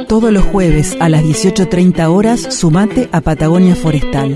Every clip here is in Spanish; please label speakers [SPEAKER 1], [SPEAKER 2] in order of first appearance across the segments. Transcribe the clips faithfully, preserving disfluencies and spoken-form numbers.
[SPEAKER 1] Todos los jueves a las dieciocho treinta horas, sumate a Patagonia Forestal.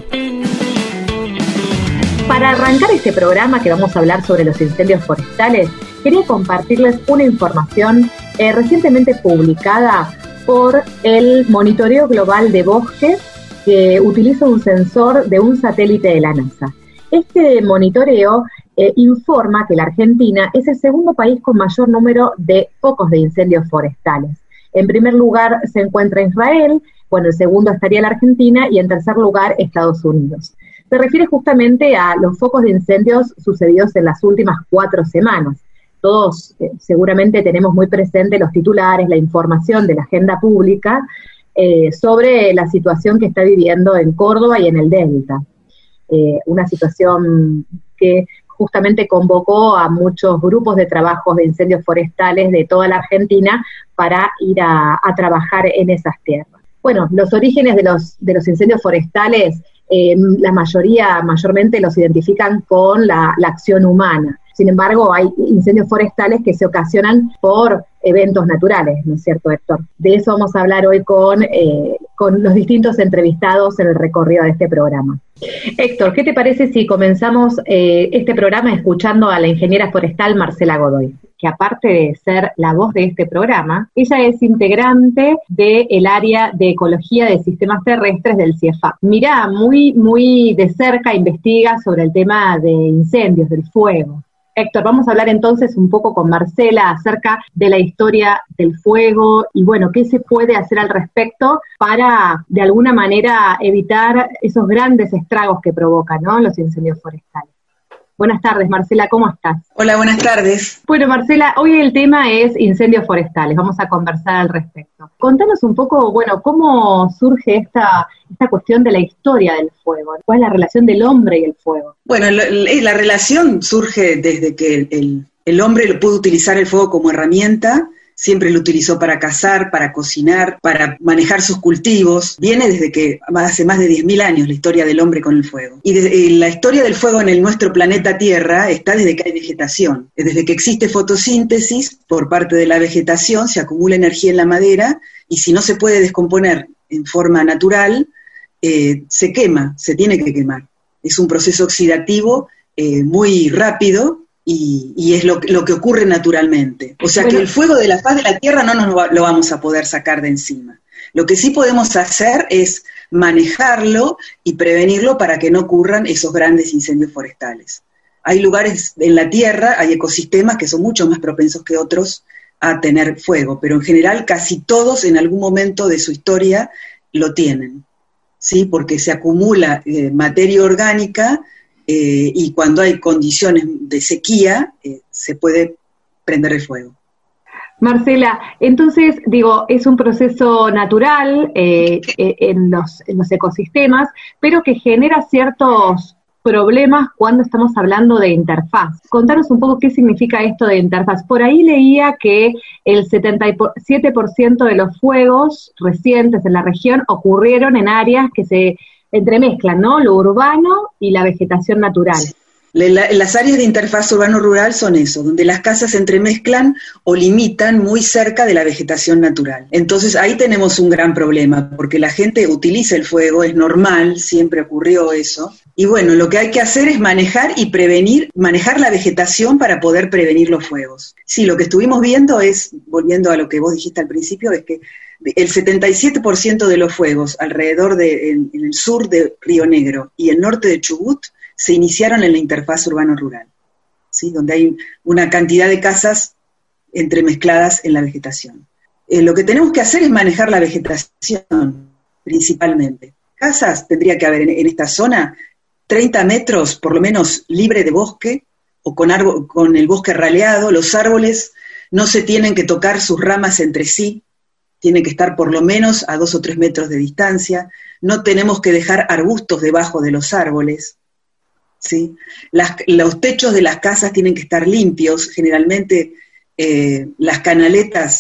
[SPEAKER 2] Para arrancar este programa que vamos a hablar sobre los incendios forestales, quería compartirles una información eh, recientemente publicada por el Monitoreo Global de Bosques, que utiliza un sensor de un satélite de la NASA. Este monitoreo eh, informa que la Argentina es el segundo país con mayor número de focos de incendios forestales. En primer lugar se encuentra Israel, bueno, en segundo estaría la Argentina y en tercer lugar Estados Unidos. Se refiere justamente a los focos de incendios sucedidos en las últimas cuatro semanas. Todos eh, seguramente tenemos muy presente los titulares, la información de la agenda pública eh, sobre la situación que está viviendo en Córdoba y en el Delta. Eh, una situación que justamente convocó a muchos grupos de trabajos de incendios forestales de toda la Argentina para ir a, a trabajar en esas tierras. Bueno, los orígenes de los, de los incendios forestales, eh, la mayoría, mayormente los identifican con la, la acción humana. Sin embargo, hay incendios forestales que se ocasionan por eventos naturales, ¿no es cierto, Héctor? De eso vamos a hablar hoy con, eh, con los distintos entrevistados en el recorrido de este programa. Héctor, ¿qué te parece si comenzamos eh, este programa escuchando a la ingeniera forestal Marcela Godoy? Que aparte de ser la voz de este programa, ella es integrante del área de ecología de sistemas terrestres del C I E F A P. Mirá, muy, muy de cerca investiga sobre el tema de incendios, del fuego. Héctor, vamos a hablar entonces un poco con Marcela acerca de la historia del fuego y bueno, qué se puede hacer al respecto para de alguna manera evitar esos grandes estragos que provocan, ¿no?, los incendios forestales. Buenas tardes, Marcela, ¿cómo estás?
[SPEAKER 3] Hola, buenas tardes.
[SPEAKER 2] Bueno, Marcela, hoy el tema es incendios forestales, vamos a conversar al respecto. Contanos un poco, bueno, cómo surge esta, esta cuestión de la historia del fuego, ¿cuál es la relación del hombre y el fuego?
[SPEAKER 3] Bueno, la, la relación surge desde que el, el hombre lo pudo utilizar el fuego como herramienta. Siempre lo utilizó para cazar, para cocinar, para manejar sus cultivos. Viene desde que hace más de diez mil años la historia del hombre con el fuego. Y de, eh, la historia del fuego en el, nuestro planeta Tierra está desde que hay vegetación. Desde que existe fotosíntesis por parte de la vegetación, se acumula energía en la madera y si no se puede descomponer en forma natural, eh, se quema, se tiene que quemar. Es un proceso oxidativo eh, muy rápido. Y, y es lo, lo que ocurre naturalmente. O sea bueno, que el fuego de la faz de la Tierra no nos va, lo vamos a poder sacar de encima. Lo que sí podemos hacer es manejarlo y prevenirlo para que no ocurran esos grandes incendios forestales. Hay lugares en la Tierra, hay ecosistemas que son mucho más propensos que otros a tener fuego, pero en general casi todos en algún momento de su historia lo tienen, ¿sí? Porque se acumula eh, materia orgánica. Eh, y cuando hay condiciones de sequía, eh, se puede prender el fuego.
[SPEAKER 2] Marcela, entonces, digo, es un proceso natural eh, en, los, en los ecosistemas, pero que genera ciertos problemas cuando estamos hablando de interfaz. Contanos un poco qué significa esto de interfaz. Por ahí leía que el setenta y siete por ciento de los fuegos recientes en la región ocurrieron en áreas que se entremezclan, ¿no?, lo urbano y la vegetación natural.
[SPEAKER 3] Sí. La, las áreas de interfaz urbano-rural son eso, donde las casas se entremezclan o limitan muy cerca de la vegetación natural. Entonces ahí tenemos un gran problema, porque la gente utiliza el fuego, es normal, siempre ocurrió eso. Y bueno, lo que hay que hacer es manejar y prevenir, manejar la vegetación para poder prevenir los fuegos. Sí, lo que estuvimos viendo es, volviendo a lo que vos dijiste al principio, es que el setenta y siete por ciento de los fuegos alrededor de, en, en el sur de Río Negro y el norte de Chubut se iniciaron en la interfaz urbano-rural, ¿sí?, donde hay una cantidad de casas entremezcladas en la vegetación. Eh, lo que tenemos que hacer es manejar la vegetación, principalmente. Casas tendría que haber en, en esta zona treinta metros, por lo menos, libre de bosque, o con, árbol, con el bosque raleado. Los árboles no se tienen que tocar sus ramas entre sí, tienen que estar por lo menos a dos o tres metros de distancia. No tenemos que dejar arbustos debajo de los árboles, ¿sí? Las, los techos de las casas tienen que estar limpios. Generalmente eh, las canaletas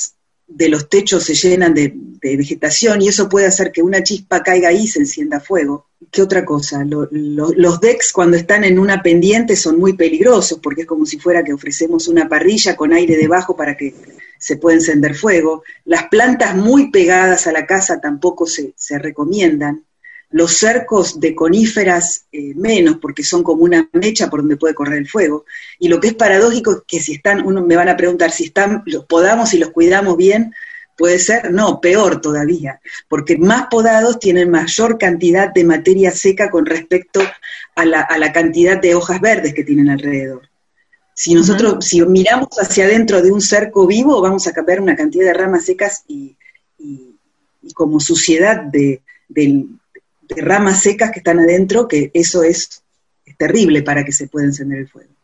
[SPEAKER 3] de los techos se llenan de, de vegetación y eso puede hacer que una chispa caiga ahí y se encienda fuego. ¿Qué otra cosa? Lo, lo, los decks cuando están en una pendiente son muy peligrosos porque es como si fuera que ofrecemos una parrilla con aire debajo para que se pueda encender fuego. Las plantas muy pegadas a la casa tampoco se, se recomiendan. Los cercos de coníferas eh, menos, porque son como una mecha por donde puede correr el fuego. Y lo que es paradójico es que si están, uno me van a preguntar, si están, los podamos y los cuidamos bien, puede ser, no, peor todavía, porque más podados tienen mayor cantidad de materia seca con respecto a la, a la cantidad de hojas verdes que tienen alrededor. Si nosotros, uh-huh. si miramos hacia adentro de un cerco vivo, vamos a ver una cantidad de ramas secas y, y, y como suciedad de, de, de ramas secas que están adentro, que eso es, es terrible para que se pueda encender el fuego.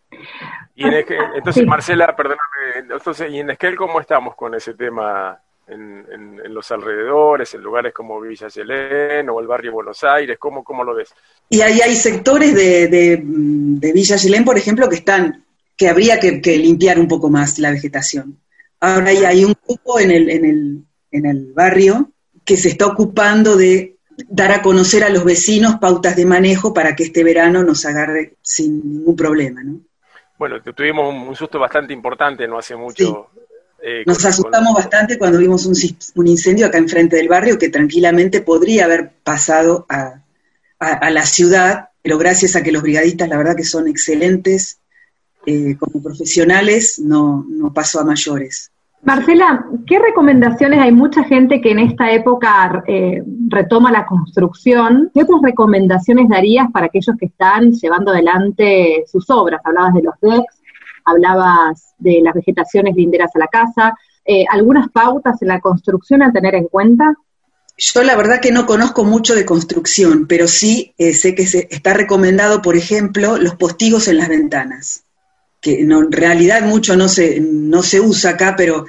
[SPEAKER 4] Y en Esquel, entonces, sí. Marcela, perdóname, entonces, ¿y en Esquel cómo estamos con ese tema en, en, en los alrededores, en lugares como Villa Allelén o el barrio Buenos Aires? ¿Cómo, cómo lo ves? Y
[SPEAKER 3] ahí hay sectores de, de, de Villa Allelén, por ejemplo, que están, que habría que, que limpiar un poco más la vegetación. Ahora hay, hay un grupo en el, en, el, en el barrio que se está ocupando de dar a conocer a los vecinos pautas de manejo para que este verano nos agarre sin ningún problema, ¿no?
[SPEAKER 4] Bueno, tuvimos un susto bastante importante no hace mucho.
[SPEAKER 3] Sí. Eh, Nos con, asustamos con... bastante cuando vimos un, un incendio acá enfrente del barrio que tranquilamente podría haber pasado a, a, a la ciudad, pero gracias a que los brigadistas, la verdad que son excelentes, eh, como profesionales, no, no pasó a mayores.
[SPEAKER 2] Marcela, ¿qué recomendaciones? Hay mucha gente que en esta época eh, retoma la construcción. ¿Qué otras recomendaciones darías para aquellos que están llevando adelante sus obras? Hablabas de los decks, hablabas de las vegetaciones linderas a la casa. Eh, ¿Algunas pautas en la construcción a tener en cuenta?
[SPEAKER 3] Yo la verdad que no conozco mucho de construcción, pero sí eh, sé que se está recomendado, por ejemplo, los postigos en las ventanas, que no, en realidad mucho no se, no se usa acá, pero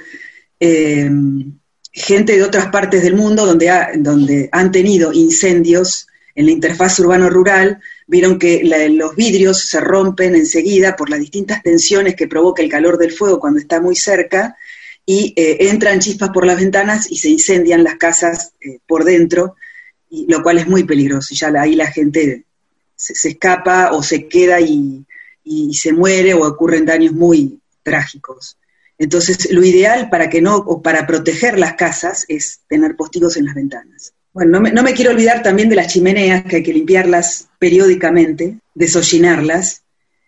[SPEAKER 3] eh, gente de otras partes del mundo donde, ha, donde han tenido incendios en la interfaz urbano-rural, vieron que la, los vidrios se rompen enseguida por las distintas tensiones que provoca el calor del fuego cuando está muy cerca, y eh, entran chispas por las ventanas y se incendian las casas eh, por dentro, y, lo cual es muy peligroso, y ya la, ahí la gente se, se escapa o se queda y... y se muere o ocurren daños muy trágicos. Entonces, lo ideal para que no, o para proteger las casas es tener postigos en las ventanas. Bueno, no me, no me quiero olvidar también de las chimeneas, que hay que limpiarlas periódicamente, desollinarlas.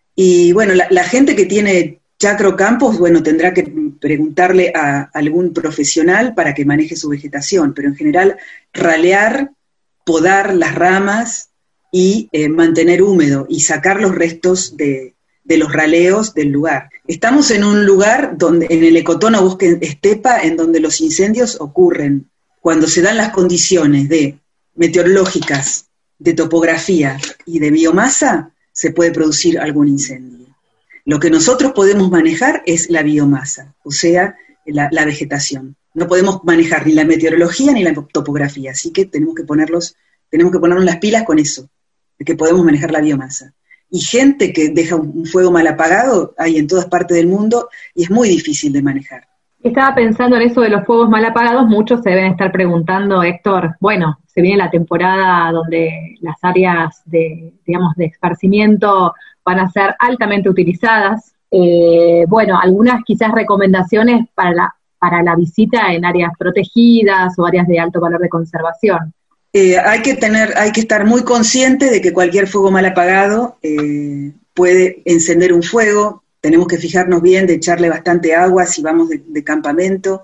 [SPEAKER 3] Y bueno, la, la gente que tiene chacra o campos, bueno, tendrá que preguntarle a algún profesional para que maneje su vegetación, pero en general, ralear, podar las ramas, y eh, mantener húmedo y sacar los restos de, de los raleos del lugar. Estamos en un lugar donde, en el ecotono bosque estepa, en donde los incendios ocurren cuando se dan las condiciones de meteorológicas, de topografía y de biomasa, se puede producir algún incendio. Lo que nosotros podemos manejar es la biomasa, o sea, la, la vegetación. No podemos manejar ni la meteorología ni la topografía, así que tenemos que ponerlos, tenemos que ponernos las pilas con eso, de que podemos manejar la biomasa. Y gente que deja un fuego mal apagado hay en todas partes del mundo y es muy difícil de manejar.
[SPEAKER 2] Estaba pensando en eso de los fuegos mal apagados, muchos se deben estar preguntando, Héctor, bueno, se viene la temporada donde las áreas de, digamos, de esparcimiento van a ser altamente utilizadas. Eh, bueno, algunas quizás recomendaciones para la, para la visita en áreas protegidas o áreas de alto valor de conservación.
[SPEAKER 3] Eh, hay que tener, hay que estar muy consciente de que cualquier fuego mal apagado eh, puede encender un fuego. Tenemos que fijarnos bien de echarle bastante agua si vamos de, de campamento,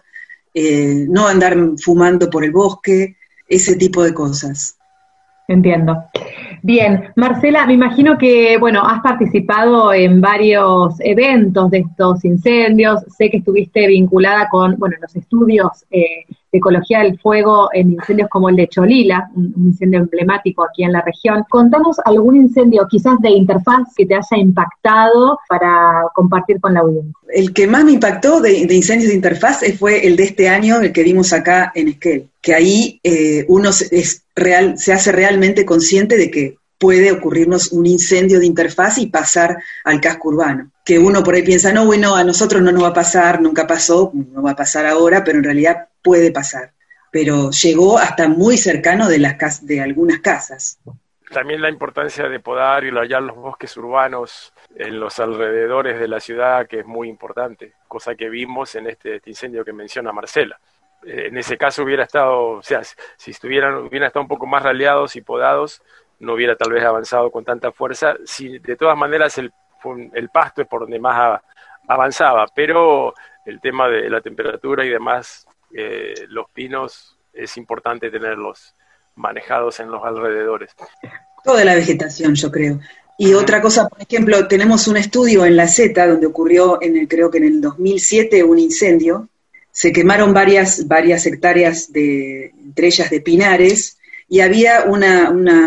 [SPEAKER 3] eh, no andar fumando por el bosque, ese tipo de cosas.
[SPEAKER 2] Entiendo. Bien, Marcela, me imagino que, bueno, has participado en varios eventos de estos incendios, sé que estuviste vinculada con, bueno, los estudios eh, de ecología del fuego en incendios como el de Cholila, un, un incendio emblemático aquí en la región. Contanos algún incendio quizás de interfaz que te haya impactado para compartir con la audiencia.
[SPEAKER 3] El que más me impactó de, de incendios de interfaz fue el de este año, el que vimos acá en Esquel, que ahí eh, uno es real, se hace realmente consciente de que puede ocurrirnos un incendio de interfaz y pasar al casco urbano. que uno por ahí piensa, no, bueno, a nosotros no nos va a pasar, nunca pasó, no va a pasar ahora, pero en realidad puede pasar. Pero llegó hasta muy cercano de las cas- de algunas casas.
[SPEAKER 4] También la importancia de podar y hallar los bosques urbanos en los alrededores de la ciudad, que es muy importante, cosa que vimos en este, este incendio que menciona Marcela. Eh, en ese caso hubiera estado, o sea, si estuvieran, hubieran estado un poco más raleados y podados, no hubiera tal vez avanzado con tanta fuerza. Si de todas maneras el el pasto es por donde más avanzaba, pero el tema de la temperatura y demás, eh, los pinos, es importante tenerlos manejados en los alrededores.
[SPEAKER 3] Toda la vegetación, yo creo. Y otra cosa, por ejemplo, tenemos un estudio en La Zeta, donde ocurrió, en el, creo que en el dos mil siete, un incendio. Se quemaron varias, varias hectáreas, de, entre ellas de pinares, y había una, una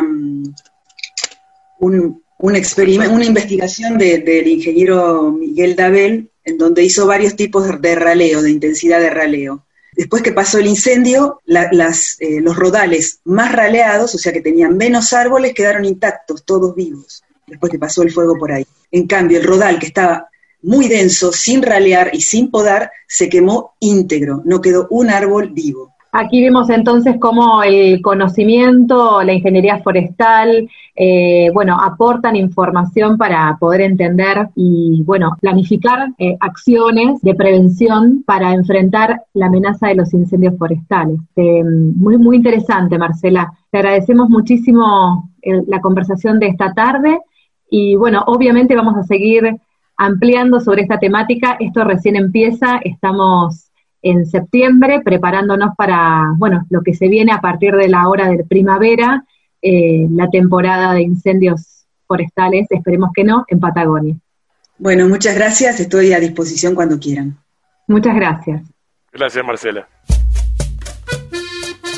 [SPEAKER 3] un Un experimento, una investigación de, del ingeniero Miguel Dabel, en donde hizo varios tipos de raleo, de intensidad de raleo. Después que pasó el incendio, la, las, eh, los rodales más raleados, o sea que tenían menos árboles, quedaron intactos, todos vivos, después que pasó el fuego por ahí. En cambio, el rodal que estaba muy denso, sin ralear y sin podar, se quemó íntegro, no quedó un árbol vivo.
[SPEAKER 2] Aquí vemos entonces cómo el conocimiento, la ingeniería forestal, eh, bueno, aportan información para poder entender y, bueno, planificar eh, acciones de prevención para enfrentar la amenaza de los incendios forestales. Eh, muy, muy interesante, Marcela. Te agradecemos muchísimo el, la conversación de esta tarde y, bueno, obviamente vamos a seguir ampliando sobre esta temática. Esto recién empieza, estamos en septiembre, preparándonos para, bueno, lo que se viene a partir de la hora de primavera, eh, la temporada de incendios forestales, esperemos que no, en Patagonia.
[SPEAKER 3] Bueno, muchas gracias, estoy a disposición cuando quieran.
[SPEAKER 2] Muchas gracias.
[SPEAKER 4] Gracias, Marcela.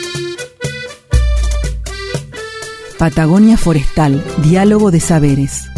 [SPEAKER 1] Patagonia Forestal, diálogo de saberes.